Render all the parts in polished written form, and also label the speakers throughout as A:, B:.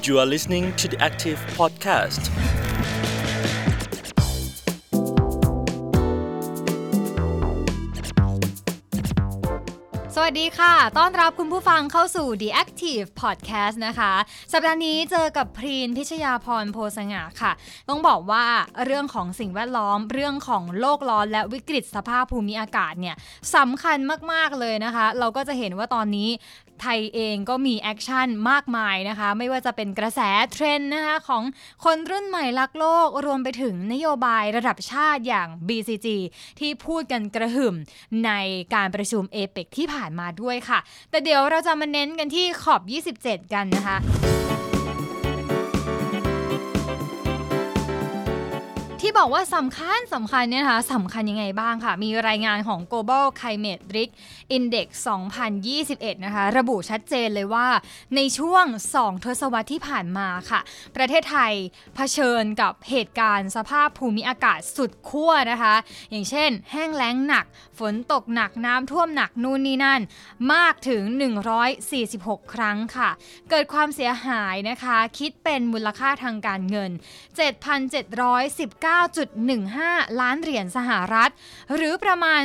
A: You are listening to the Active Podcast.
B: สวัสดีค่ะต้อนรับคุณผู้ฟังเข้าสู่ The Active Podcast นะคะสัปดาห์นี้เจอกับพรีนพิชยาพรโพสง่าค่ะต้องบอกว่าเรื่องของสิ่งแวดล้อมเรื่องของโลกร้อนและวิกฤตสภาพภูมิอากาศเนี่ยสำคัญมากๆเลยนะคะเราก็จะเห็นว่าตอนนี้ไทยเองก็มีแอคชั่นมากมายนะคะไม่ว่าจะเป็นกระแสเทรนด์นะคะของคนรุ่นใหม่รักโลกรวมไปถึงนโยบายระดับชาติอย่าง BCG ที่พูดกันกระหึ่มในการประชุม APEC ที่ผ่านมาด้วยค่ะแต่เดี๋ยวเราจะมาเน้นกันที่ขอบ 27 กันนะคะที่บอกว่าสำคัญเนี่ยนะคะสำคัญยังไงบ้างค่ะมีรายงานของ Global Climate Risk Index 2021 นะคะระบุชัดเจนเลยว่าในช่วง2ทศวรรษที่ผ่านมาค่ะประเทศไทยเผชิญกับเหตุการณ์สภาพภูมิอากาศสุดขั้วนะคะอย่างเช่นแห้งแล้งหนักฝนตกหนักน้ำท่วมหนักนู่นนี่นั่นมากถึง146ครั้งค่ะเกิดความเสียหายนะคะคิดเป็นมูลค่าทางการเงิน 7,719.15 ล้านเหรียญสหรัฐหรือประมาณ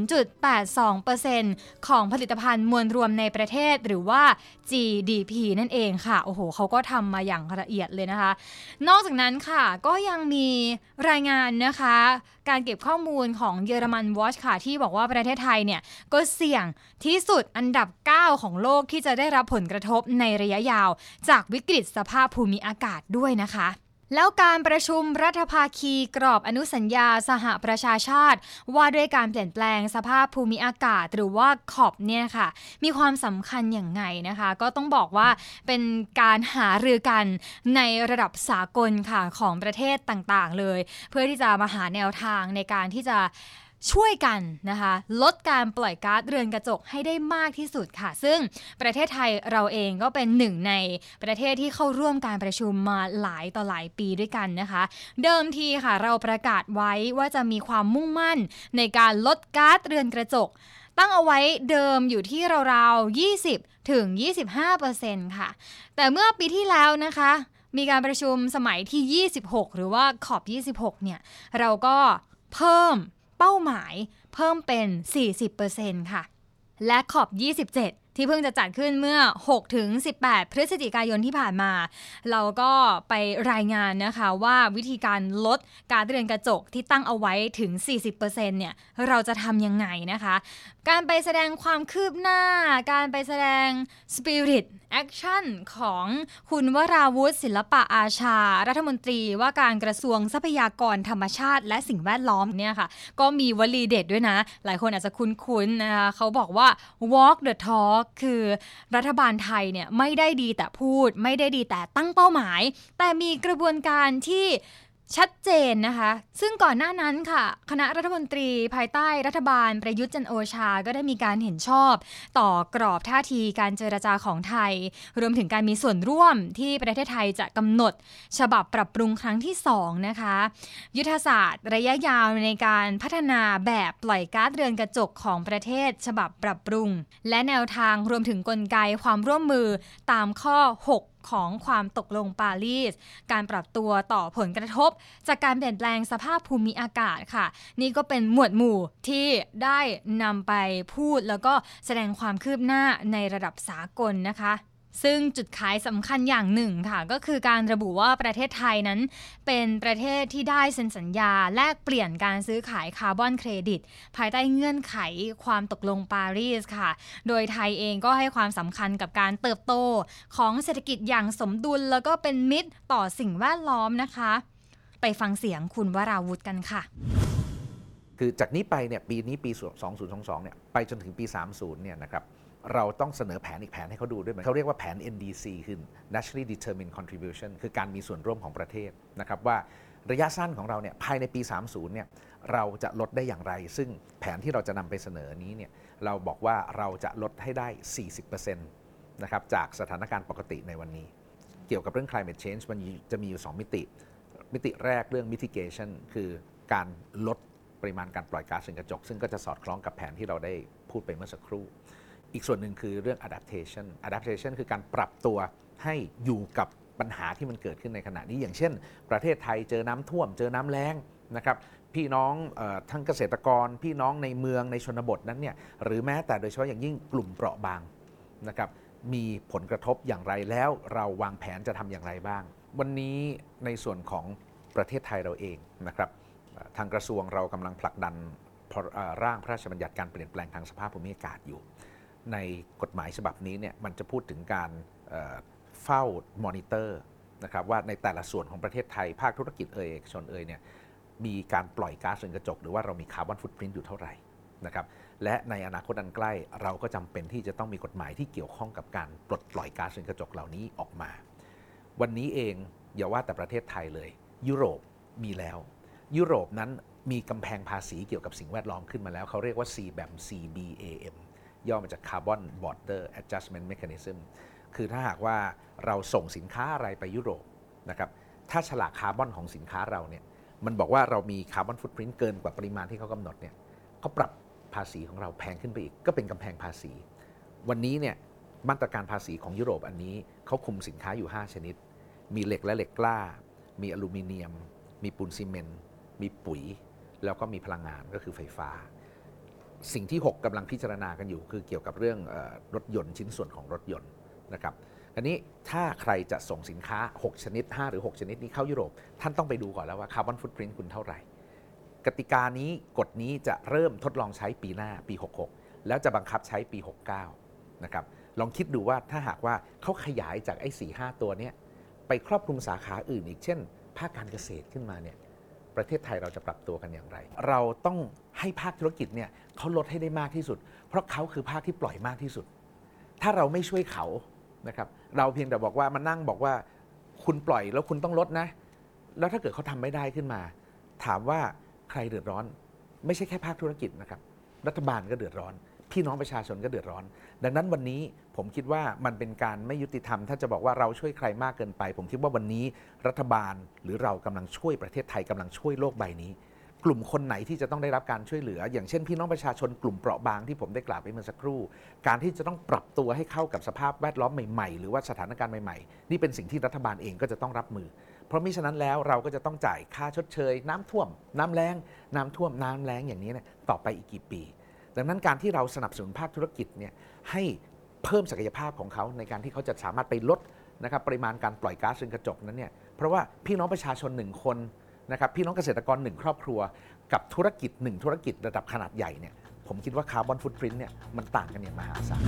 B: 0.82% ของผลิตภัณฑ์มวลรวมในประเทศหรือว่า GDP นั่นเองค่ะโอ้โหเขาก็ทำมาอย่างละเอียดเลยนะคะนอกจากนั้นค่ะก็ยังมีรายงานนะคะการเก็บข้อมูลของเยอรมันวอชค่ะที่บอกว่าประเทศไทยเนี่ยก็เสี่ยงที่สุดอันดับ 9 ของโลกที่จะได้รับผลกระทบในระยะยาวจากวิกฤตสภาพภูมิอากาศด้วยนะคะแล้วการประชุมรัฐภาคีกรอบอนุสัญญาสหประชาชาติว่าด้วยการเปลี่ยนแปลงสภาพภูมิอากาศหรือว่าคอปเนี่ยค่ะมีความสำคัญอย่างไงนะคะก็ต้องบอกว่าเป็นการหารือกันในระดับสากลค่ะของประเทศต่างๆเลยเพื่อที่จะมาหาแนวทางในการที่จะช่วยกันนะคะลดการปล่อยก๊าซเรือนกระจกให้ได้มากที่สุดค่ะซึ่งประเทศไทยเราเองก็เป็นหนึ่งในประเทศที่เข้าร่วมการประชุมมาหลายต่อหลายปีด้วยกันนะคะเดิมทีค่ะเราประกาศไว้ว่าจะมีความมุ่งมั่นในการลดก๊าซเรือนกระจกตั้งเอาไว้เดิมอยู่ที่ราวๆ 20-25% ค่ะแต่เมื่อปีที่แล้วนะคะมีการประชุมสมัยที่ 26 หรือว่าขอบ 26 เนี่ยเราก็เพิ่มเป้าหมายเพิ่มเป็น 40% ค่ะและขอบ 27 ที่เพิ่งจะจัดขึ้นเมื่อ 6-18 พฤศจิกายนที่ผ่านมาเราก็ไปรายงานนะคะว่าวิธีการลดก๊าซเรือนกระจกที่ตั้งเอาไว้ถึง 40% เนี่ยเราจะทำยังไงนะคะการไปแสดงความคืบหน้าการไปแสดง Spirit Action ของคุณวราวุฒิศิลปะอาชารัฐมนตรีว่าการกระทรวงทรัพยากรธรรมชาติและสิ่งแวดล้อมเนี่ยค่ะก็มีวลีเด็ดด้วยนะหลายคนอาจจะคุ้นๆนะคะเขาบอกว่า walk the talk คือรัฐบาลไทยเนี่ยไม่ได้ดีแต่พูดไม่ได้ดีแต่ตั้งเป้าหมายแต่มีกระบวนการที่ชัดเจนนะคะซึ่งก่อนหน้านั้นค่ะคณะรัฐมนตรีภายใต้รัฐบาลประยุทธ์จันทร์โอชาก็ได้มีการเห็นชอบต่อกรอบท่าทีการเจรจาของไทยรวมถึงการมีส่วนร่วมที่ประเทศไทยจะกำหนดฉบับปรับปรุงครั้งที่2นะคะยุทธศาสตร์ระยะยาวในการพัฒนาแบบปล่อยก๊าซเรือนกระจกของประเทศฉบับปรับปรุงและแนวทางรวมถึงกลไกความร่วมมือตามข้อ6ของความตกลงปารีสการปรับตัวต่อผลกระทบจากการเปลี่ยนแปลงสภาพภูมิอากาศค่ะนี่ก็เป็นหมวดหมู่ที่ได้นำไปพูดแล้วก็แสดงความคืบหน้าในระดับสากลนะคะซึ่งจุดขายสำคัญอย่างหนึ่งค่ะก็คือการระบุว่าประเทศไทยนั้นเป็นประเทศที่ได้เซ็นสัญญาแลกเปลี่ยนการซื้อขายคาร์บอนเครดิตภายใต้เงื่อนไขความตกลงปารีสค่ะโดยไทยเองก็ให้ความสำคัญกับการเติบโตของเศรษฐกิจอย่างสมดุลแล้วก็เป็นมิตรต่อสิ่งแวดล้อมนะคะไปฟังเสียงคุณวราวุธกันค่ะ
C: คือจากนี้ไปเนี่ยปีนี้ปี 2022 เนี่ยไปจนถึงปี 30 เนี่ยนะครับเราต้องเสนอแผนอีกแผนให้เขาดูด้วยเหมือนเขาเรียกว่าแผน NDC คือ Nationally Determined Contribution คือการมีส่วนร่วมของประเทศนะครับว่าระยะสั้นของเราเนี่ยภายในปี 30 เนี่ยเราจะลดได้อย่างไรซึ่งแผนที่เราจะนำไปเสนอนี้เนี่ยเราบอกว่าเราจะลดให้ได้ 40% นะครับจากสถานการณ์ปกติในวันนี้เกี่ยวกับเรื่อง climate change มันจะมีอยู่2มิติแรกเรื่อง mitigation คือการลดปริมาณการปล่อยก๊าซเรือนกระจกซึ่งก็จะสอดคล้องกับแผนที่เราได้พูดไปเมื่อสักครู่อีกส่วนหนึ่งคือเรื่อง adaptation คือการปรับตัวให้อยู่กับปัญหาที่มันเกิดขึ้นในขณะนี้อย่างเช่นประเทศไทยเจอน้ำท่วมเจอน้ำแล้งนะครับพี่น้องทั้งเกษตรกรพี่น้องในเมืองในชนบทนั้นเนี่ยหรือแม้แต่โดยเฉพาะอย่างยิ่งกลุ่มเปราะบางนะครับมีผลกระทบอย่างไรแล้วเราวางแผนจะทำอย่างไรบ้างวันนี้ในส่วนของประเทศไทยเราเองนะครับทางกระทรวงเรากำลังผลักดันร่างพระราชบัญญัติการเปลี่ยนแปลงทางสภาพภูมิอากาศอยู่ในกฎหมายฉบับนี้เนี่ยมันจะพูดถึงการเฝ้ามอนิเตอร์นะครับว่าในแต่ละส่วนของประเทศไทยภาคธุรกิจเอกชนเนี่ยมีการปล่อยก๊าซเรือนกระจกหรือว่าเรามีคาร์บอนฟุตพริ้นท์อยู่เท่าไหร่นะครับและในอนาคตอันใกล้เราก็จำเป็นที่จะต้องมีกฎหมายที่เกี่ยวข้องกับการปลดปล่อยก๊าซเรือนกระจกเหล่านี้ออกมาวันนี้เองอย่าว่าแต่ประเทศไทยเลยยุโรปมีแล้วยุโรปนั้นมีกำแพงภาษีเกี่ยวกับสิ่งแวดล้อมขึ้นมาแล้วเขาเรียกว่า CBAM ย่อมาจาก Carbon Border Adjustment Mechanism คือถ้าหากว่าเราส่งสินค้าอะไรไปยุโรปนะครับถ้าฉลากคาร์บอนของสินค้าเราเนี่ยมันบอกว่าเรามีคาร์บอนฟุตพริ้นท์เกินกว่าปริมาณที่เขากำหนดเนี่ยเขาปรับภาษีของเราแพงขึ้นไปอีกก็เป็นกำแพงภาษีวันนี้เนี่ยมาตรการภาษีของยุโรปอันนี้เขาคุมสินค้าอยู่5ชนิดมีเหล็กและเหล็กกล้ามีอลูมิเนียมมีปูนซีเมนต์มีปุ๋ยแล้วก็มีพลังงานก็คือไฟฟ้าสิ่งที่6กำลังพิจารณากันอยู่คือเกี่ยวกับเรื่องรถยนต์ชิ้นส่วนของรถยนต์นะครับอันนี้ถ้าใครจะส่งสินค้า6ชนิด5หรือ6ชนิดนี้เข้ายุโรปท่านต้องไปดูก่อนแล้วว่าคาร์บอนฟุตพริ้นท์คุณเท่าไหร่กติกานี้กฎนี้จะเริ่มทดลองใช้ปีหน้าปี66แล้วจะบังคับใช้ปี69นะครับลองคิดดูว่าถ้าหากว่าเขาขยายจากไอ้ 4-5 ตัวนี้ไปครอบคลุมสาขาอื่นอีกเช่นภาคการเกษตรขึ้นมาเนี่ยประเทศไทยเราจะปรับตัวกันอย่างไรเราต้องให้ภาคธุรกิจเนี่ยเขาลดให้ได้มากที่สุดเพราะเขาคือภาคที่ปล่อยมากที่สุดถ้าเราไม่ช่วยเขานะครับเราเพียงแต่บอกว่ามานั่งบอกว่าคุณปล่อยแล้วคุณต้องลดนะแล้วถ้าเกิดเขาทำไม่ได้ขึ้นมาถามว่าใครเดือดร้อนไม่ใช่แค่ภาคธุรกิจนะครับรัฐบาลก็เดือดร้อนพี่น้องประชาชนก็เดือดร้อนดังนั้นวันนี้ผมคิดว่ามันเป็นการไม่ยุติธรรมถ้าจะบอกว่าเราช่วยใครมากเกินไปผมคิดว่าวันนี้รัฐบาลหรือเรากำลังช่วยประเทศไทยกำลังช่วยโลกใบนี้กลุ่มคนไหนที่จะต้องได้รับการช่วยเหลืออย่างเช่นพี่น้องประชาชนกลุ่มเปราะบางที่ผมได้กล่าวไปเมื่อสักครู่การที่จะต้องปรับตัวให้เข้ากับสภาพแวดล้อมใหม่ๆหรือว่าสถานการณ์ใหม่ๆนี่เป็นสิ่งที่รัฐบาลเองก็จะต้องรับมือเพราะมิฉะนั้นแล้วเราก็จะต้องจ่ายค่าชดเชยน้ำท่วมน้ำแล้งน้ำท่วมน้ำแล้งอย่างนี้เนี่ยต่อไปอีกกี่ปีดังนั้นการที่เราสนับสนุนภาคธุรกิจเนี่ยให้เพิ่มศักยภาพของเขาในการที่เขาจะสามารถไปลดนะครับปริมาณการปล่อยก๊าซเรือนกระจกนั้นเนี่ยเพราะว่าพี่น้องประชาชน1คนนะครับพี่น้องเกษตรกร1ครอบครัวกับธุรกิจ1ธุรกิจระดับขนาดใหญ่เนี่ยผมคิดว่าคาร์บอนฟุตพริ้นท์เนี่ยมันต่างกันอย่างมหาศาล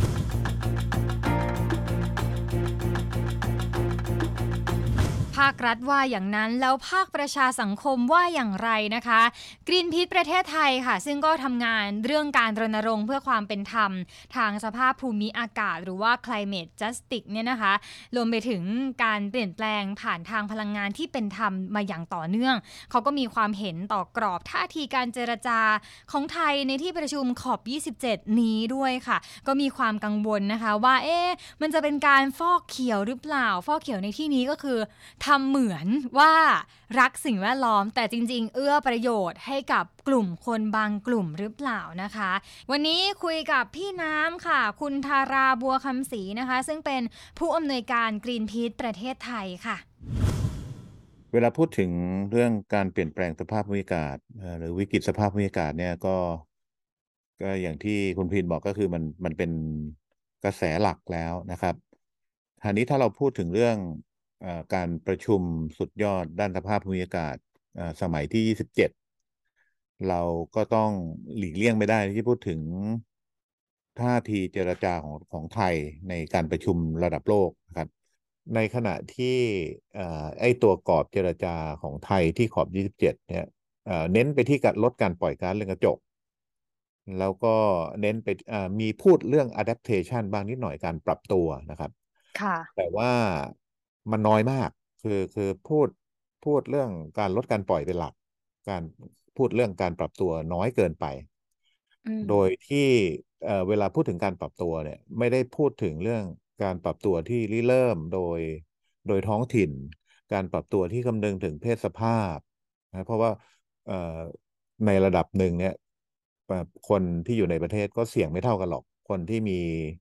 B: ภาครัฐว่าอย่างนั้นแล้วภาคประชาสังคมว่าอย่างไรนะคะกรีนพีซประเทศไทยค่ะซึ่งก็ทำงานเรื่องการรณรงค์เพื่อความเป็นธรรมทางสภาพภูมิอากาศหรือว่า climate justice เนี่ยนะคะรวมไปถึงการเปลี่ยนแปลงผ่านทางพลังงานที่เป็นธรรมมาอย่างต่อเนื่องเขาก็มีความเห็นต่อกรอบท่าทีการเจรจาของไทยในที่ประชุมขอบ27นี้ด้วยค่ะก็มีความกังวลนะคะว่ามันจะเป็นการฟอกเขียวหรือเปล่าฟอกเขียวในที่นี้ก็คือทำเหมือนว่ารักสิ่งแวดล้อมแต่จริงๆเอื้อประโยชน์ให้กับกลุ่มคนบางกลุ่มหรือเปล่านะคะวันนี้คุยกับพี่น้ำค่ะคุณธาราบัวคำศรีนะคะซึ่งเป็นผู้อำนวยการกรีนพีซประเทศไทยค่ะ
D: เวลาพูดถึงเรื่องการเปลี่ยนแปลงสภาพภูมิอากาศหรือวิกฤตสภาพภูมิอากาศเนี่ยก็อย่างที่คุณพีนบอกก็คือมันเป็นกระแสหลักแล้วนะครับทีนี้ถ้าเราพูดถึงเรื่องการประชุมสุดยอดด้านสภาพภูมิอากาศสมัยที่27เราก็ต้องหลีกเลี่ยงไม่ได้ที่พูดถึงท่าทีเจรจาของไทยในการประชุมระดับโลกนะครับในขณะที่ไอ้ตัวกรอบเจรจาของไทยที่ขอบ27เนี่ยเน้นไปที่การลดการปล่อยก๊าซเรือนกระจกแล้วก็เน้นไปมีพูดเรื่อง adaptation บ้างนิดหน่อยการปรับตัวนะครับ
B: ค่ะ
D: แต่ว่ามันน้อยมากคือพูดเรื่องการลดการปล่อยเป็นหลักการพูดเรื่องการปรับตัวน้อยเกินไปโดยที่เวลาพูดถึงการปรับตัวเนี่ยไม่ได้พูดถึงเรื่องการปรับตัวที่ริเริ่มโดยท้องถิ่นการปรับตัวที่คำนึงถึงเพศสภาพนะเพราะว่าในระดับหนึ่งเนี่ยคนที่อยู่ในประเทศก็เสี่ยงไม่เท่ากันหรอกคนที่มี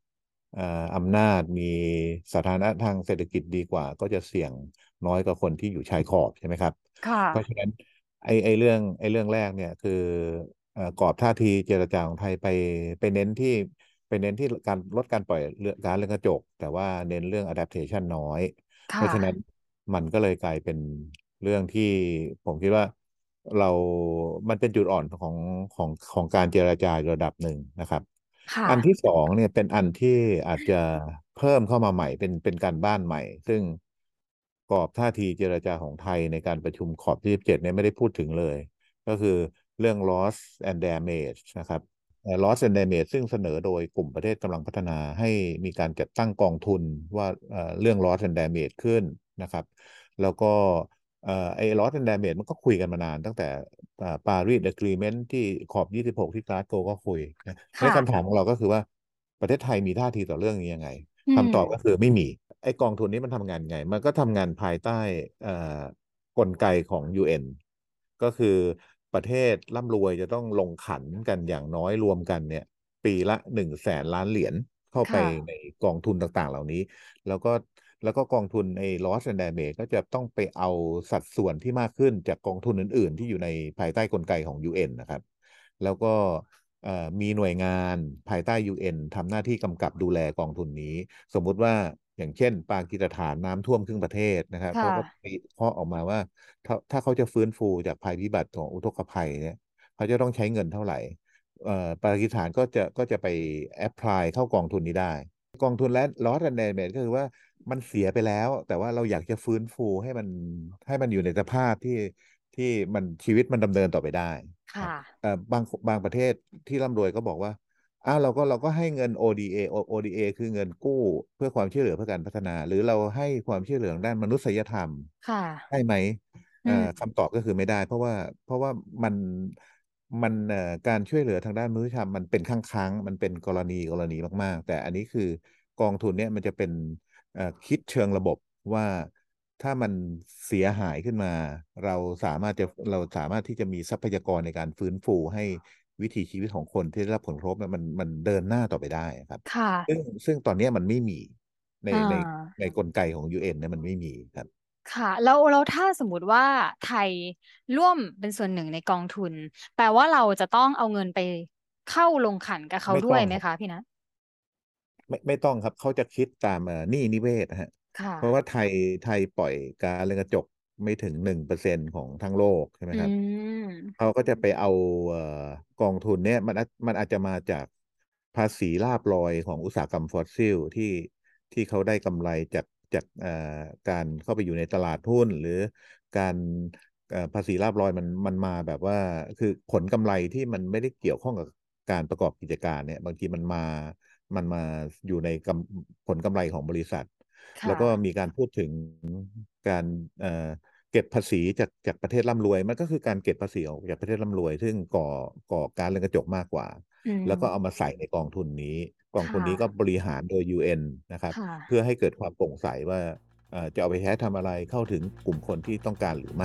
D: อำนาจมีสถานะทางเศรษฐกิจดีกว่าก็จะเสี่ยงน้อยกว่าคนที่อยู่ชายขอบใช่ไหมครับ
B: ค่ะ
D: เพราะฉะนั้นไอ้เรื่องแรกเนี่ยคือกรอบท่าทีเจรจาของไทยไปเน้นที่ไปเน้นที่การลดการปล่อยเรือก๊าซเรือนกระจกแต่ว่าเน้นเรื่อง adaptation น้อยเพราะ
B: ค่ะ
D: ฉะนั้นมันก็เลยกลายเป็นเรื่องที่ผมคิดว่าเรามันเป็นจุดอ่อนของการเจรจาระดับหนึ่งนะครับ
B: ค่ะ
D: อันที่สองเนี่ยเป็นอันที่อาจจะเพิ่มเข้ามาใหม่เป็นการบ้านใหม่ซึ่งกรอบท่าทีเจรจาของไทยในการประชุมขอบ27เนี่ยไม่ได้พูดถึงเลยก็คือเรื่อง loss and damage นะครับloss and damage ซึ่งเสนอโดยกลุ่มประเทศกำลังพัฒนาให้มีการจัดตั้งกองทุนว่าเรื่อง loss and damage ขึ้นนะครับแล้วก็ไอ้ loss and damage มันก็คุยกันมานานตั้งแต่ปารีส Agreement ที่ขอบ26ที่กลาสโกวก็คุย ใน
B: ค่ะ
D: คำถามของเราก็คือว่าประเทศไทยมีท่าทีต่อเรื่องนี้ยังไง
B: อืม
D: คำตอบก็คือไม่มีไอ้กองทุนนี้มันทำงานไงมันก็ทำงานภายใต้เอ่อกลไกของ UN ก็คือประเทศร่ำรวยจะต้องลงขันกันอย่างน้อยรวมกันเนี่ยปีละ100,000,000,000 เหรียญเข้าไป
B: ค่ะ
D: ในกองทุนต่างๆเหล่านี้แล้วก็แล้วก็กองทุนไอ้ loss and damage ก็จะต้องไปเอาสัดส่วนที่มากขึ้นจากกองทุนอื่นๆที่อยู่ในภายใต้กลไกของ UN นะครับแล้วก็ มีหน่วยงานภายใต้ UN ทำหน้าที่กำกับดูแลกองทุนนี้สมมุติว่าอย่างเช่นปากีสถานน้ำท่วมครึ่งประเทศนะครับเขา
B: ค่ะ
D: ก็ไปเคาะออกมาว่าถ้าเขาจะฟื้นฟูจากภัยพิบัติของอุทกภัยเนี่ยเขาจะต้องใช้เงินเท่าไหร่ปากีสถานก็จะไปแอพพลายเข้ากองทุนนี้ได้กองทุนและ loss and damage ก็คือว่ามันเสียไปแล้วแต่ว่าเราอยากจะฟื้นฟูให้มันอยู่ในสภาพที่มันชีวิตมันดำเนินต่อไปได้ครั
B: ค่ะ
D: บ บางประเทศที่ร่ำรวยก็บอกว่าอ้าวเราก็ให้เงิน ODA ODA คือเงินกู้เพื่อความช่วยเหลือเพื่อการพัฒนาหรือเราให้ความช่วยเหลือด้านมนุษยธรรม
B: ค่ะ
D: ได้ไหม
B: อืม
D: คำตอบก็คือไม่ได้เพราะว่ามันการช่วยเหลือทางด้านมนุษยธรรมมันเป็นครั้งมันเป็นกรณีมากๆแต่อันนี้คือกองทุนเนี่ยมันจะเป็นคิดเชิงระบบว่าถ้ามันเสียหายขึ้นมาเราเราสามารถที่จะมีทรัพยากรในการฟื้นฟูให้วิถีชีวิตของคนที่ได้รับผลกระทบเนี่ยมันเดินหน้าต่อไปได้ครับ
B: ค่ะ
D: ซึ่งตอนนี้มันไม่มีใน
B: อ่
D: ใน
B: า
D: ในกลไกของ UN เนี่ยมันไม่มีครับ
B: ค่ะแล้วถ้าสมมุติว่าไทยร่วมเป็นส่วนหนึ่งในกองทุนแปลว่าเราจะต้องเอาเงินไปเข้าลงขันกับเขา
D: ไม่
B: ด้วยไหม
D: ต้องครับ
B: คะพี่นะ
D: ไม่ต้องครับเขาจะคิดตามหนี้นิเวศนะฮะ
B: ค่ะ
D: เพราะว่าไทยปล่อยก๊าซเรือนกระจกไม่ถึง1%ของทั้งโลกใช่ไหม
B: อื
D: ครับ
B: ม
D: เขาก็จะไปเอากองทุนเนี่ยมันอาจจะมาจากภาษีลาภลอยของอุตสาหกรรมฟอสซิลที่เขาได้กำไรจากการเข้าไปอยู่ในตลาดหุ้นหรือการภาษีลาภลอยมันมาแบบว่าคือผลกำไรที่มันไม่ได้เกี่ยวข้องกับการประกอบกิจการเนี่ยบางทีมันมาอยู่ในผลกำไรของบริษัทแล้ว
B: ค่ะ
D: ก็มีการพูดถึงการเก็บภาษีจากประเทศร่ำรวยมันก็คือการเก็บภาษีออกจากประเทศร่ำรวยซึ่งก่อการเรือนกระจกมากกว่า
B: อื
D: แล้วก็เอา
B: ม
D: มาใส่ในกองทุนนี้กองทุน
B: ค่ะ
D: นี้ก็บริหารโดย UN นะครับ
B: ค่ะ
D: เพื่อให้เกิดความโปร่งใสว่าจะเอาไปใช้ทำอะไรเข้าถึงกลุ่มคนที่ต้องการหรือไม่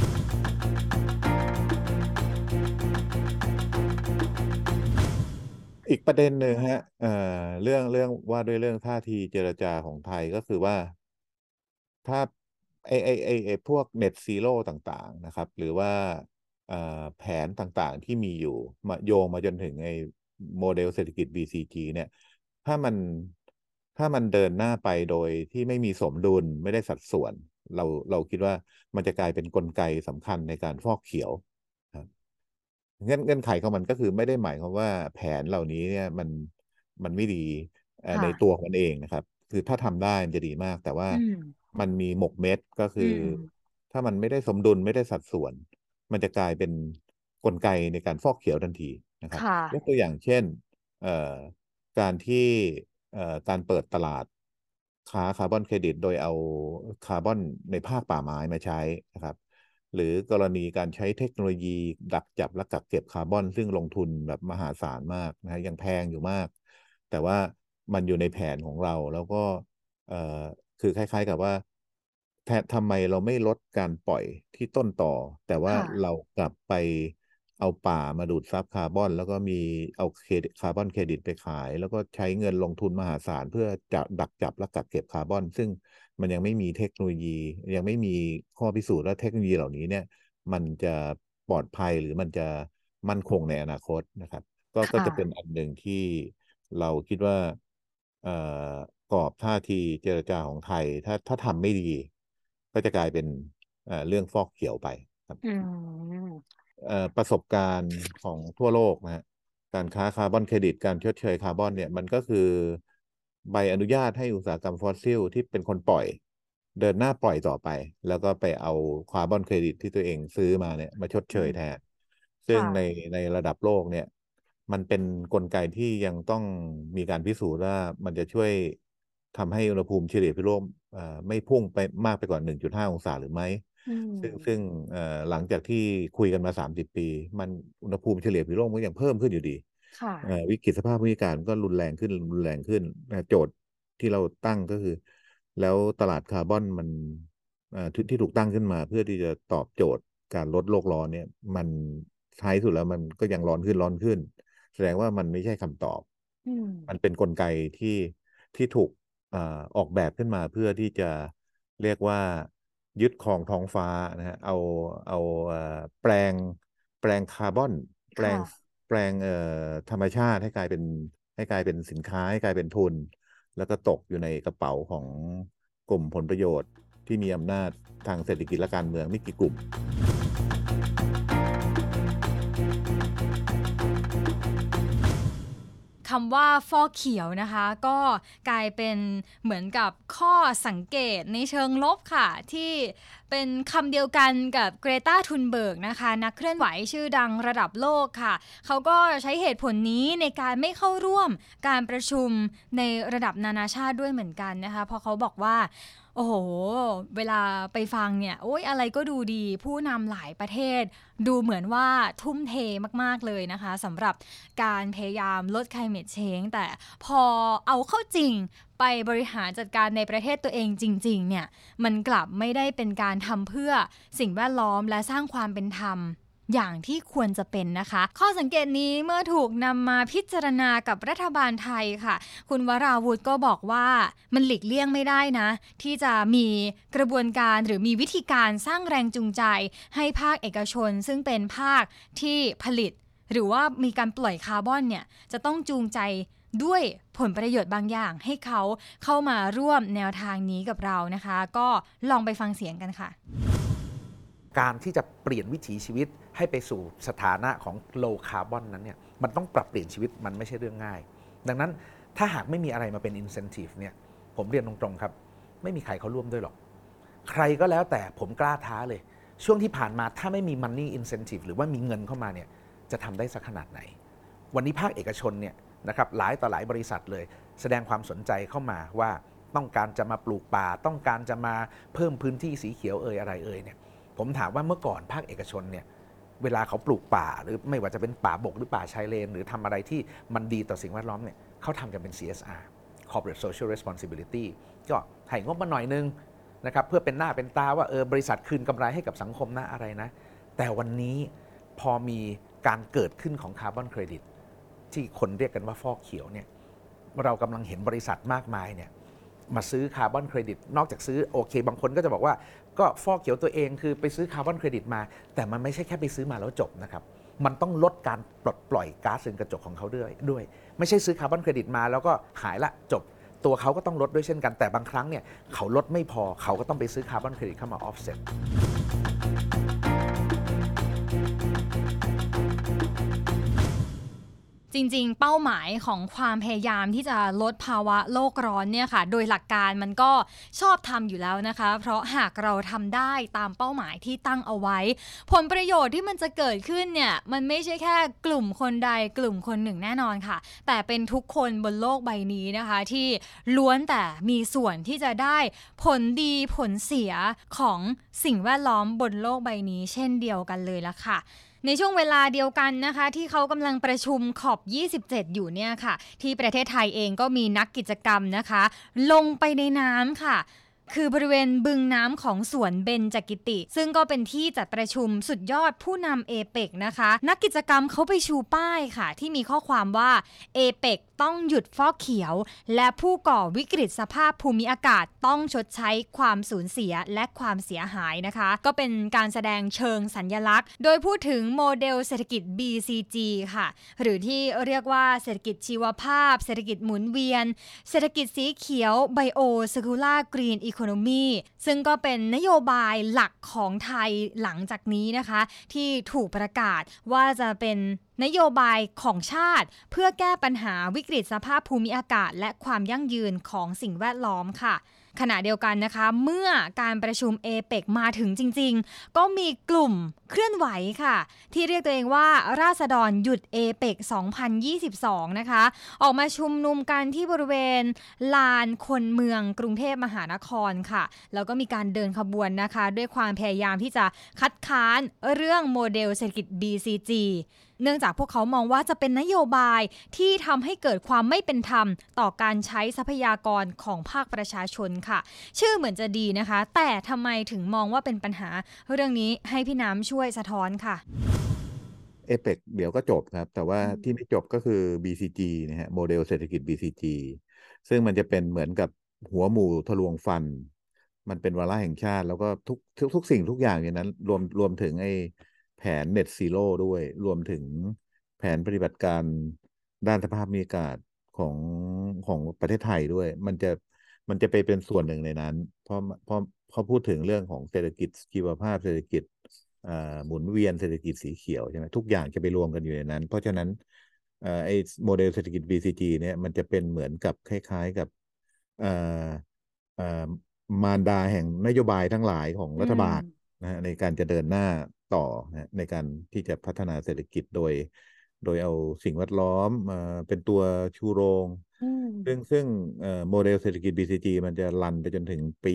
D: อีกประเด็นหนึ่งฮะเรื่องว่าด้วยเรื่องท่าทีเจรจาของไทยก็คือว่าถ้าไอพวกเน็ตซีโร่ต่างๆนะครับหรือว่าเอ่อแผนต่างๆที่มีอยู่มาโยงมาจนถึงไอโมเดลเศรษฐกิจ BCG เนี่ยถ้ามันถ้ามันเดินหน้าไปโดยที่ไม่มีสมดุลไม่ได้สัดส่วนเราคิดว่ามันจะกลายเป็นกลไกสำคัญในการฟอกเขียวครับ เงื่อนไขของมันก็คือไม่ได้หมายความว่าแผนเหล่านี้เนี่ยมันไม่ดีในตั
B: ค่ะ
D: วของมันเองนะครับคือถ้าทำได้มันจะดีมากแต่ว่า
B: อืม
D: มันมีหมกเม็ดก็คือ
B: อืม
D: ถ้ามันไม่ได้สมดุลไม่ได้สัดส่วนมันจะกลายเป็นกลไกในการฟอกเขียวทันทีนะครับ
B: ค่ะ
D: ยกตัวอย่างเช่นเอ่อการที่การเปิดตลาดค้าคาร์บอนเครดิตโดยเอาคาร์บอนในภาคป่าไม้มาใช้นะครับ หรือกรณีการใช้เทคโนโลยีดักจับและกักเก็บคาร์บอนซึ่งลงทุนแบบมหาศาลมากนะฮะยังแพงอยู่มากแต่ว่ามันอยู่ในแผนของเราแล้วก็เอ่อคือคล้ายๆกับว่าทำไมเราไม่ลดการปล่อยที่ต้นต่อแต่ว่า
B: ค่ะ
D: เรากลับไปเอาป่ามาดูดซับคาร์บอนแล้วก็มีเอาคาร์บอนเครดิตไปขายแล้วก็ใช้เงินลงทุนมหาศาลเพื่อจะดักจับและกักเก็บคาร์บอนซึ่งมันยังไม่มีเทคโนโลยียังไม่มีข้อพิสูจน์ว่าเทคโนโลยีเหล่านี้เนี่ยมันจะปลอดภัยหรือมันจะมั่นคงในอนาคตนะครับก็จะเป็นอันหนึ่งที่เราคิดว่า กรอบท่าทีเจรจาของไทยถ้าทำไม่ดีก็จะกลายเป็นเรื่องฟอกเขียวไปครับประสบการณ์ของทั่วโลกนะฮะการค้าคาร์บอนเครดิตการชดเชยคาร์บอนเนี่ยมันก็คือใบอนุญาตให้อุตสาหกรรมฟอสซิลที่เป็นคนปล่อยเดินหน้าปล่อยต่อไปแล้วก็ไปเอาคาร์บอนเครดิตที่ตัวเองซื้อมาเนี่ยมาชดเชยแทนซึ่งในระดับโลกเนี่ยมันเป็นกลไกที่ยังต้องมีการพิสูจน์ว่ามันจะช่วยทำให้อุณหภูมิเฉลี่ยพิโลกไม่พุ่งไปมากไปกว่า 1.5 องศาหรือไม่ซึ่งหลังจากที่คุยกันมา30 ปีมันอุณหภูมิเฉลี่ยพิโลกมันยังเพิ่มขึ้นอยู่ดีวิกฤตสภาพภูมิอากาศก็รุนแรงขึ้นโจทย์ที่เราตั้งก็คือแล้วตลาดคาร์บอนมันที่ถูกตั้งขึ้นมาเพื่อที่จะตอบโจทย์การลดโลกร้อนเนี่ยมันท้ายสุดแล้วมันก็ยังร้อนขึ้นแสดงว่ามันไม่ใช่คำตอบมันเป็นกลไกที่ถูกออกแบบขึ้นมาเพื่อที่จะเรียกว่ายึดครองท้องฟ้านะฮะเอาแปลงคาร์บอนแปลงธรรมชาติให้กลายเป็นสินค้าให้กลายเป็นทุนแล้วก็ตกอยู่ในกระเป๋าของกลุ่มผลประโยชน์ที่มีอำนาจทางเศรษฐกิจและการเมืองไม่กี่กลุ่ม
B: คำว่าฟอกเขียวนะคะก็กลายเป็นเหมือนกับข้อสังเกตในเชิงลบค่ะที่เป็นคำเดียวกันกับเกรตา ทุนเบิร์กนะคะนักเคลื่อนไหวชื่อดังระดับโลกค่ะเขาก็ใช้เหตุผลนี้ในการไม่เข้าร่วมการประชุมในระดับนานาชาติด้วยเหมือนกันนะคะเพราะเขาบอกว่าโอ้โหเวลาไปฟังเนี่ยโอ๊ยอะไรก็ดูดีผู้นำหลายประเทศดูเหมือนว่าทุ่มเทมากๆเลยนะคะสำหรับการพยายามลด climate change แต่พอเอาเข้าจริงไปบริหารจัดการในประเทศตัวเองจริงๆเนี่ยมันกลับไม่ได้เป็นการทำเพื่อสิ่งแวดล้อมและสร้างความเป็นธรรมอย่างที่ควรจะเป็นนะคะข้อสังเกตนี้เมื่อถูกนำมาพิจารณากับรัฐบาลไทยค่ะคุณวราวุธก็บอกว่ามันหลีกเลี่ยงไม่ได้นะที่จะมีกระบวนการหรือมีวิธีการสร้างแรงจูงใจให้ภาคเอกชนซึ่งเป็นภาคที่ผลิตหรือว่ามีการปล่อยคาร์บอนเนี่ยจะต้องจูงใจด้วยผลประโยชน์บางอย่างให้เขาเข้ามาร่วมแนวทางนี้กับเรานะคะก็ลองไปฟังเสียงกันค่ะ
C: การที่จะเปลี่ยนวิถีชีวิตให้ไปสู่สถานะของ low carbon นั้นเนี่ยมันต้องปรับเปลี่ยนชีวิตมันไม่ใช่เรื่องง่ายดังนั้นถ้าหากไม่มีอะไรมาเป็น incentive เนี่ยผมเรียนตรงๆครับไม่มีใครเขาร่วมด้วยหรอกใครก็แล้วแต่ผมกล้าท้าเลยช่วงที่ผ่านมาถ้าไม่มี money incentive หรือว่ามีเงินเข้ามาเนี่ยจะทำได้สักขนาดไหนวันนี้ภาคเอกชนเนี่ยนะครับหลายต่อหลายบริษัทเลยแสดงความสนใจเข้ามาว่าต้องการจะมาปลูกป่าต้องการจะมาเพิ่มพื้นที่สีเขียวอะไรเนี่ยผมถามว่าเมื่อก่อนภาคเอกชนเนี่ยเวลาเขาปลูกป่าหรือไม่ว่าจะเป็นป่าบกหรือป่าชายเลนหรือทำอะไรที่มันดีต่อสิ่งแวดล้อมเนี่ยเขาทำกันเป็น CSR Corporate Social Responsibility ก็ให้งบมาหน่อยนึงนะครับเพื่อเป็นหน้าเป็นตาว่าบริษัทคืนกำไรให้กับสังคมนะอะไรนะแต่วันนี้พอมีการเกิดขึ้นของคาร์บอนเครดิตที่คนเรียกกันว่าฟอกเขียวเนี่ยเรากำลังเห็นบริษัทมากมายเนี่ยมาซื้อคาร์บอนเครดิตนอกจากซื้อโอเคบางคนก็จะบอกว่าก็ฟอกเขียวตัวเองคือไปซื้อคาร์บอนเครดิตมาแต่มันไม่ใช่แค่ไปซื้อมาแล้วจบนะครับมันต้องลดการปลดปล่อยก๊าซเรือนกระจกของเขาด้วยไม่ใช่ซื้อคาร์บอนเครดิตมาแล้วก็หายละจบตัวเขาก็ต้องลดด้วยเช่นกันแต่บางครั้งเนี่ยเขาลดไม่พอเขาก็ต้องไปซื้อคาร์บอนเครดิตเข้ามาออฟเซ็ต
B: จริงๆเป้าหมายของความพยายามที่จะลดภาวะโลกร้อนเนี่ยค่ะโดยหลักการมันก็ชอบทำอยู่แล้วนะคะเพราะหากเราทำได้ตามเป้าหมายที่ตั้งเอาไว้ผลประโยชน์ที่มันจะเกิดขึ้นเนี่ยมันไม่ใช่แค่กลุ่มคนใดกลุ่มคนหนึ่งแน่นอนค่ะแต่เป็นทุกคนบนโลกใบนี้นะคะที่ล้วนแต่มีส่วนที่จะได้ผลดีผลเสียของสิ่งแวดล้อมบนโลกใบนี้เช่นเดียวกันเลยละค่ะในช่วงเวลาเดียวกันนะคะที่เขากำลังประชุมขอบ27อยู่เนี่ยค่ะที่ประเทศไทยเองก็มีนักกิจกรรมนะคะลงไปในน้ำค่ะคือบริเวณบึงน้ำของสวนเบญจกิติซึ่งก็เป็นที่จัดประชุมสุดยอดผู้นำเอเปกนะคะนักกิจกรรมเขาไปชูป้ายค่ะที่มีข้อความว่าเอเปกต้องหยุดฟอกเขียวและผู้ก่อวิกฤตสภาพภูมิอากาศต้องชดใช้ความสูญเสียและความเสียหายนะคะก็เป็นการแสดงเชิงสัญลักษณ์โดยพูดถึงโมเดลเศรษฐกิจ BCG ค่ะหรือที่เรียกว่าเศรษฐกิจชีวภาพเศรษฐกิจหมุนเวียนเศรษฐกิจสีเขียว Bio Circular Green Economy ซึ่งก็เป็นนโยบายหลักของไทยหลังจากนี้นะคะที่ถูกประกาศว่าจะเป็นนโยบายของชาติเพื่อแก้ปัญหาวิกฤตสภาพภูมิอากาศและความยั่งยืนของสิ่งแวดล้อมค่ะขณะเดียวกันนะคะเมื่อการประชุมเอเปกมาถึงจริงๆก็มีกลุ่มเคลื่อนไหวค่ะที่เรียกตัวเองว่าราษฎรหยุดเอเปก2022นะคะออกมาชุมนุมกันที่บริเวณลานคนเมืองกรุงเทพมหานครค่ะแล้วก็มีการเดินขบวนนะคะด้วยความพยายามที่จะคัดค้านเรื่องโมเดลเศรษฐกิจ BCG เนื่องจากพวกเขามองว่าจะเป็นนโยบายที่ทำให้เกิดความไม่เป็นธรรมต่อการใช้ทรัพยากรของภาคประชาชนค่ะชื่อเหมือนจะดีนะคะแต่ทำไมถึงมองว่าเป็นปัญหาเรื่องนี้ให้พี่น้ำช่วยสะท้อนค่ะ
D: เอเปกเดี๋ยวก็จบครับแต่ว่าที่ไม่จบก็คือ BCG นะฮะโมเดลเศรษฐกิจ BCG ซึ่งมันจะเป็นเหมือนกับหัวหมูทะลวงฟันมันเป็นวาระแห่งชาติแล้วก็ทุกสิ่งทุกอย่างอย่างนั้นรวมถึงไอ้แผน Net Zero ด้วยรวมถึงแผนปฏิบัติการด้านสภาพภูมิอากาศของของประเทศไทยด้วยมันจะไปเป็นส่วนหนึ่งในนั้นเพราะเขาพูดถึงเรื่องของเศรษฐกิจชีวภาพเศรษฐกิจหมุนเวียนเศรษฐกิจสีเขียวใช่ไหมทุกอย่างจะไปรวมกันอยู่ในนั้นเพราะฉะนั้นไอ้โมเดลเศรษฐกิจ BCG เนี่ยมันจะเป็นเหมือนกับคล้ายๆกับเอ่อเอ่อมารดาแห่งนโยบายทั้งหลายของรัฐบาลนะฮะในการจะเดินหน้าต่อนะในการที่จะพัฒนาเศรษฐกิจโดยเอาสิ่งแวดล้อมมาเป็นตัวชูโรงซึ่งโมเดลเศรษฐกิจ BCG มันจะรันไปจนถึงปี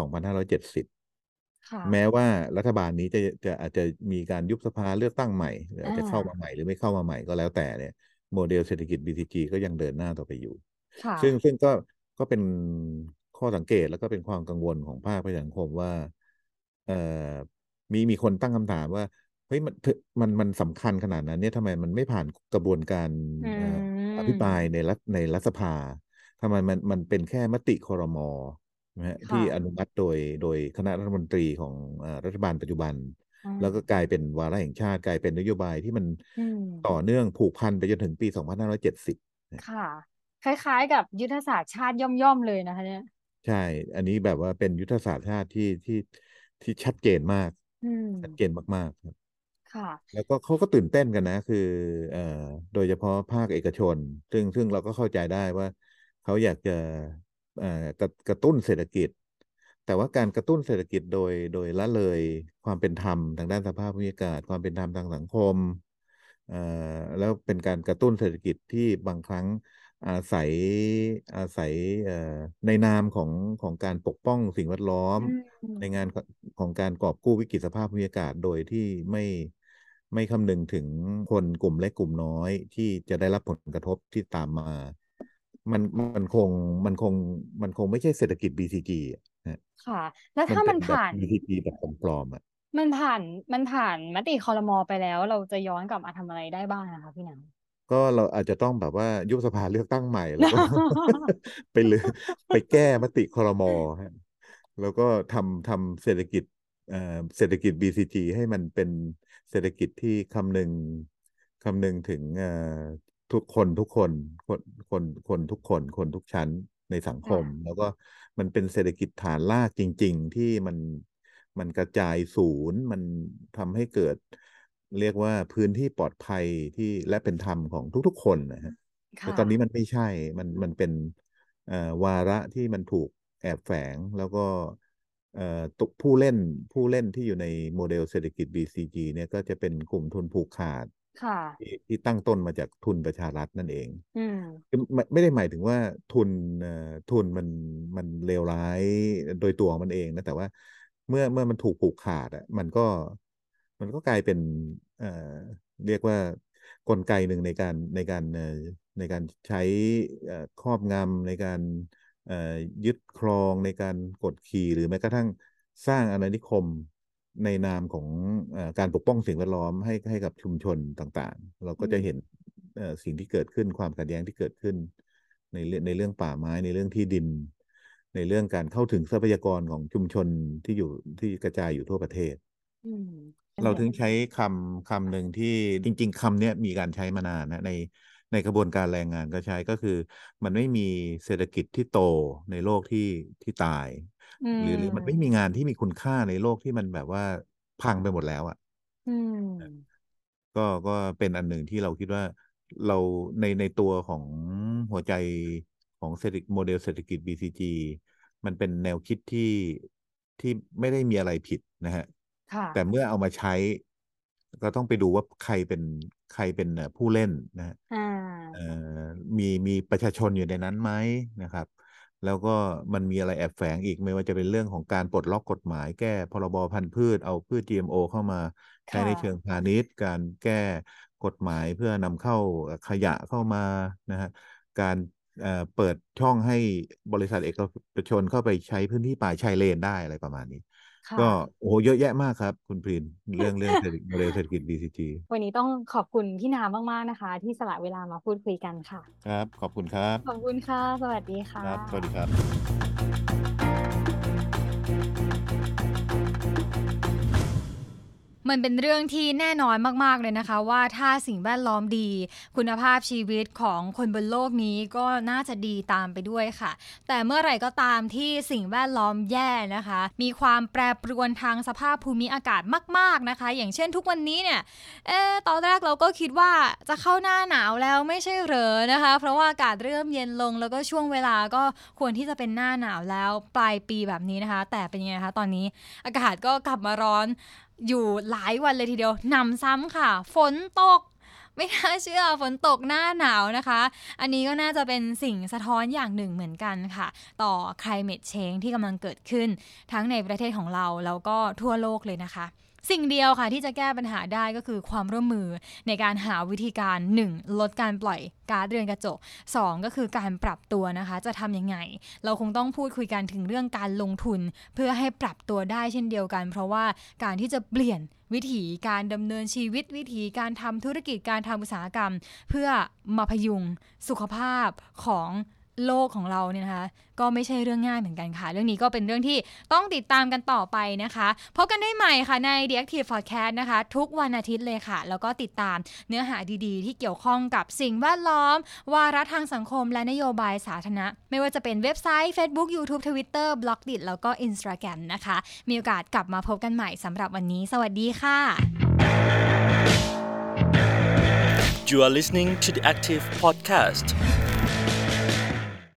D: 2570แม้ว่ารัฐบาลนี้จะอาจจะมีการยุบสภาเลือกตั้งใหม่หรืออาจจะเข้ามาใหม่หรือไม่เข้ามาใหม่ก็แล้วแต่เนี่ยโมเดลเศรษฐกิจ BCG ก็ยังเดินหน้าต่อไปอยู่ซึ่งก็เป็นข้อสังเกตแล้วก็เป็นความกังวลของภาคประชาสังคมว่าเอ่อมีคนตั้งคำถามว่าเฮ้ยมันสำคัญขนาดนั้นเนี่ยทำไมมันไม่ผ่านกระบวนการอภิปรายในรัฐสภาทำไมมันเป็นแค่มติครม.นะฮะที่อนุมัติโดยคณะรัฐมนตรีของรัฐบาลปัจจุบันแล้วก็กลายเป็นวาระแห่งชาติกลายเป็นนโยบายที่มันต่อเนื่องผูกพันไปจนถึงปี 2570
B: ค่ะคล้ายๆกับยุทธศาสตร์ชาติย่อมๆเลยนะคะเนี่ย
D: ใช่อันนี้แบบว่าเป็นยุทธศาสตร์ชาติที่ชัดเจนมากชัดเจนมากๆครับ
B: ค่ะ
D: แล้วก็เขาก็ตื่นเต้นกันนะคือเอ่อโดยเฉพาะภาคเอกชนซึ่งเราก็เข้าใจได้ว่าเขาอยากจะกระตุ้นเศรษฐกิจแต่ว่าการกระตุ้นเศรษฐกิจโดยละเลยความเป็นธรรมทางด้านสภาพภูมิอากาศความเป็นธรรมทางสังคมเอ่อแล้วเป็นการกระตุ้นเศรษฐกิจที่บางครั้งอาศัยอาศัยในนามของการปกป้องสิ่งแวดล้อมในงานของการกอบกู้วิกฤตสภาพภูมิอากาศโดยที่ไม่คำนึงถึงคนกลุ่มเล็กกลุ่มน้อยที่จะได้รับผลกระทบที่ตามมา มันมันคงมันคงมันคงไม่ใช่เศรษฐกิจ BCG อะนะ
B: ค่ะแล้วถ้า
D: มันเป็นแบบ
B: มันผ่าน
D: BCG แบบปลอมๆอ่ะ
B: มันผ่านมันผ่านมติครม.ไปแล้วเราจะย้อนกลับมาทำอะไรได้บ้างนะคะพี่หนัง
D: ก็เราอาจจะต้องแบบว่ายุบสภาเลือกตั้งใหม่แล้วก็ ไปเลยไปแก้มติครม.ฮะแล้วก็ทำเศรษฐกิจ BCG ให้มันเป็นเศรษฐกิจที่คำนึงถึงทุกคนคนทุกคนทุกชั้นในสังคมแล้วก็มันเป็นเศรษฐกิจฐานรากจริงๆที่มันกระจายศูนย์มันทำให้เกิดเรียกว่าพื้นที่ปลอดภัยที่และเป็นธรรมของทุกๆคนนะฮะแต่
B: ค่ะ
D: ตอนนี้มันไม่ใช่มันเป็นวาระที่มันถูกแอบแฝงแล้วก็ตุกผู้เล่นที่อยู่ในโมเดลเศรษฐกิจ BCG เนี่ยก็จะเป็นกลุ่มทุนผูกขาด
B: ค่ะ
D: ที่ตั้งต้นมาจากทุนประชารัฐนั่นเอง
B: อืม
D: คือไม่ได้หมายถึงว่าทุนมันเลวร้ายโดยตัวของมันเองนะแต่ว่าเมื่อมันถูกผูกขาดอ่ะมันก็กลายเป็นเอ่อเรียกว่ากลไกหนึ่งในการใช้ครอบงำในการยึดครองในการกดขี่หรือแม้กระทั่งสร้างอาณานิคมในนามของการปกป้องสิ่งแวดล้อมให้กับชุมชนต่างๆเราก็จะเห็นสิ่งที่เกิดขึ้นความขัดแย้งที่เกิดขึ้นในเรื่องป่าไม้ในเรื่องที่ดินในเรื่องการเข้าถึงทรัพยากรของชุมชนที่กระจายอยู่ทั่วประเทศเราถึงใช้คำหนึ่งที่จริงๆคำนี้มีการใช้มานานนะในกระบวนการแรงงานก็ใช้ก็คือมันไม่มีเศรษฐกิจที่โตในโลกที่ตายหรือมันไม่มีงานที่มีคุณค่าในโลกที่มันแบบว่าพังไปหมดแล้วอ่ะก็เป็นอันหนึ่งที่เราคิดว่าเราในตัวของหัวใจของโมเดลเศรษฐกิจ BCG มันเป็นแนวคิดที่ไม่ได้มีอะไรผิดนะฮะแต่เมื่อเอามาใช้ก็ต้องไปดูว่าใครเป็นผู้เล่นนะฮะมีประชาชนอยู่ในนั้นไหมนะครับแล้วก็มันมีอะไรแอบแฝงอีกไม่ว่าจะเป็นเรื่องของการปลดล็อกกฎหมายแก้พรบพันธุ์พืชเอาพืช GMO เข้ามาใช้ในเชิงพาณิชย์การแก้กฎหมายเพื่อนำเข้าขยะเข้ามานะฮะการเปิดช่องให้บริษัทเอกชนเข้าไปใช้พื้นที่ป่าชายเลนได้อะไรประมาณนี้ก็โอ้โหเยอะแยะมากครับคุณพรินเรื่องโมเดลเศรษฐกิจ BCG
B: วันนี้ต้องขอบคุณพี่น้ำมากๆนะคะที่สละเวลามาพูดคุยกันค่ะ
D: ครับขอบคุณครับ
B: ขอบคุณค่ะสวัสดีค่ะ
D: ครับสวัสดีครับ
B: มันเป็นเรื่องที่แน่นอนมากๆเลยนะคะว่าถ้าสิ่งแวดล้อมดีคุณภาพชีวิตของคนบนโลกนี้ก็น่าจะดีตามไปด้วยค่ะแต่เมื่อไหร่ก็ตามที่สิ่งแวดล้อมแย่นะคะมีความแปรปรวนทางสภาพภูมิอากาศมากๆนะคะอย่างเช่นทุกวันนี้เนี่ยตอนแรกเราก็คิดว่าจะเข้าหน้าหนาวแล้วไม่ใช่เหรอนะคะเพราะว่าอากาศเริ่มเย็นลงแล้วก็ช่วงเวลาก็ควรที่จะเป็นหน้าหนาวแล้วปลายปีแบบนี้นะคะแต่เป็นยังไงคะตอนนี้อากาศก็กลับมาร้อนอยู่หลายวันเลยทีเดียวหนำซ้ำค่ะฝนตกไม่น่าเชื่อฝนตกหน้าหนาวนะคะอันนี้ก็น่าจะเป็นสิ่งสะท้อนอย่างหนึ่งเหมือนกันค่ะต่อ climate change ที่กำลังเกิดขึ้นทั้งในประเทศของเราแล้วก็ทั่วโลกเลยนะคะสิ่งเดียวค่ะที่จะแก้ปัญหาได้ก็คือความร่วมมือในการหาวิธีการ 1. ลดการปล่อยก๊าซเรือนกระจก 2. ก็คือการปรับตัวนะคะจะทำยังไงเราคงต้องพูดคุยกันถึงเรื่องการลงทุนเพื่อให้ปรับตัวได้เช่นเดียวกันเพราะว่าการที่จะเปลี่ยนวิถีการดำเนินชีวิตวิถีการทำธุรกิจการทำอุตสาหกรรมเพื่อมาพยุงสุขภาพของโลกของเราเนี่ยนะคะก็ไม่ใช่เรื่องง่ายเหมือนกันค่ะเรื่องนี้ก็เป็นเรื่องที่ต้องติดตามกันต่อไปนะคะพบกันได้ใหม่ค่ะใน The Active Podcast นะคะทุกวันอาทิตย์เลยค่ะแล้วก็ติดตามเนื้อหาดีๆที่เกี่ยวข้องกับสิ่งแวดล้อมวาระทางสังคมและนโยบายสาธารณะไม่ว่าจะเป็นเว็บไซต์ Facebook YouTube Twitter Blogdit แล้วก็ Instagram นะคะมีโอกาสกลับมาพบกันใหม่สำหรับวันนี้สวัสดีค่ะ
A: You are listening to the Active Podcast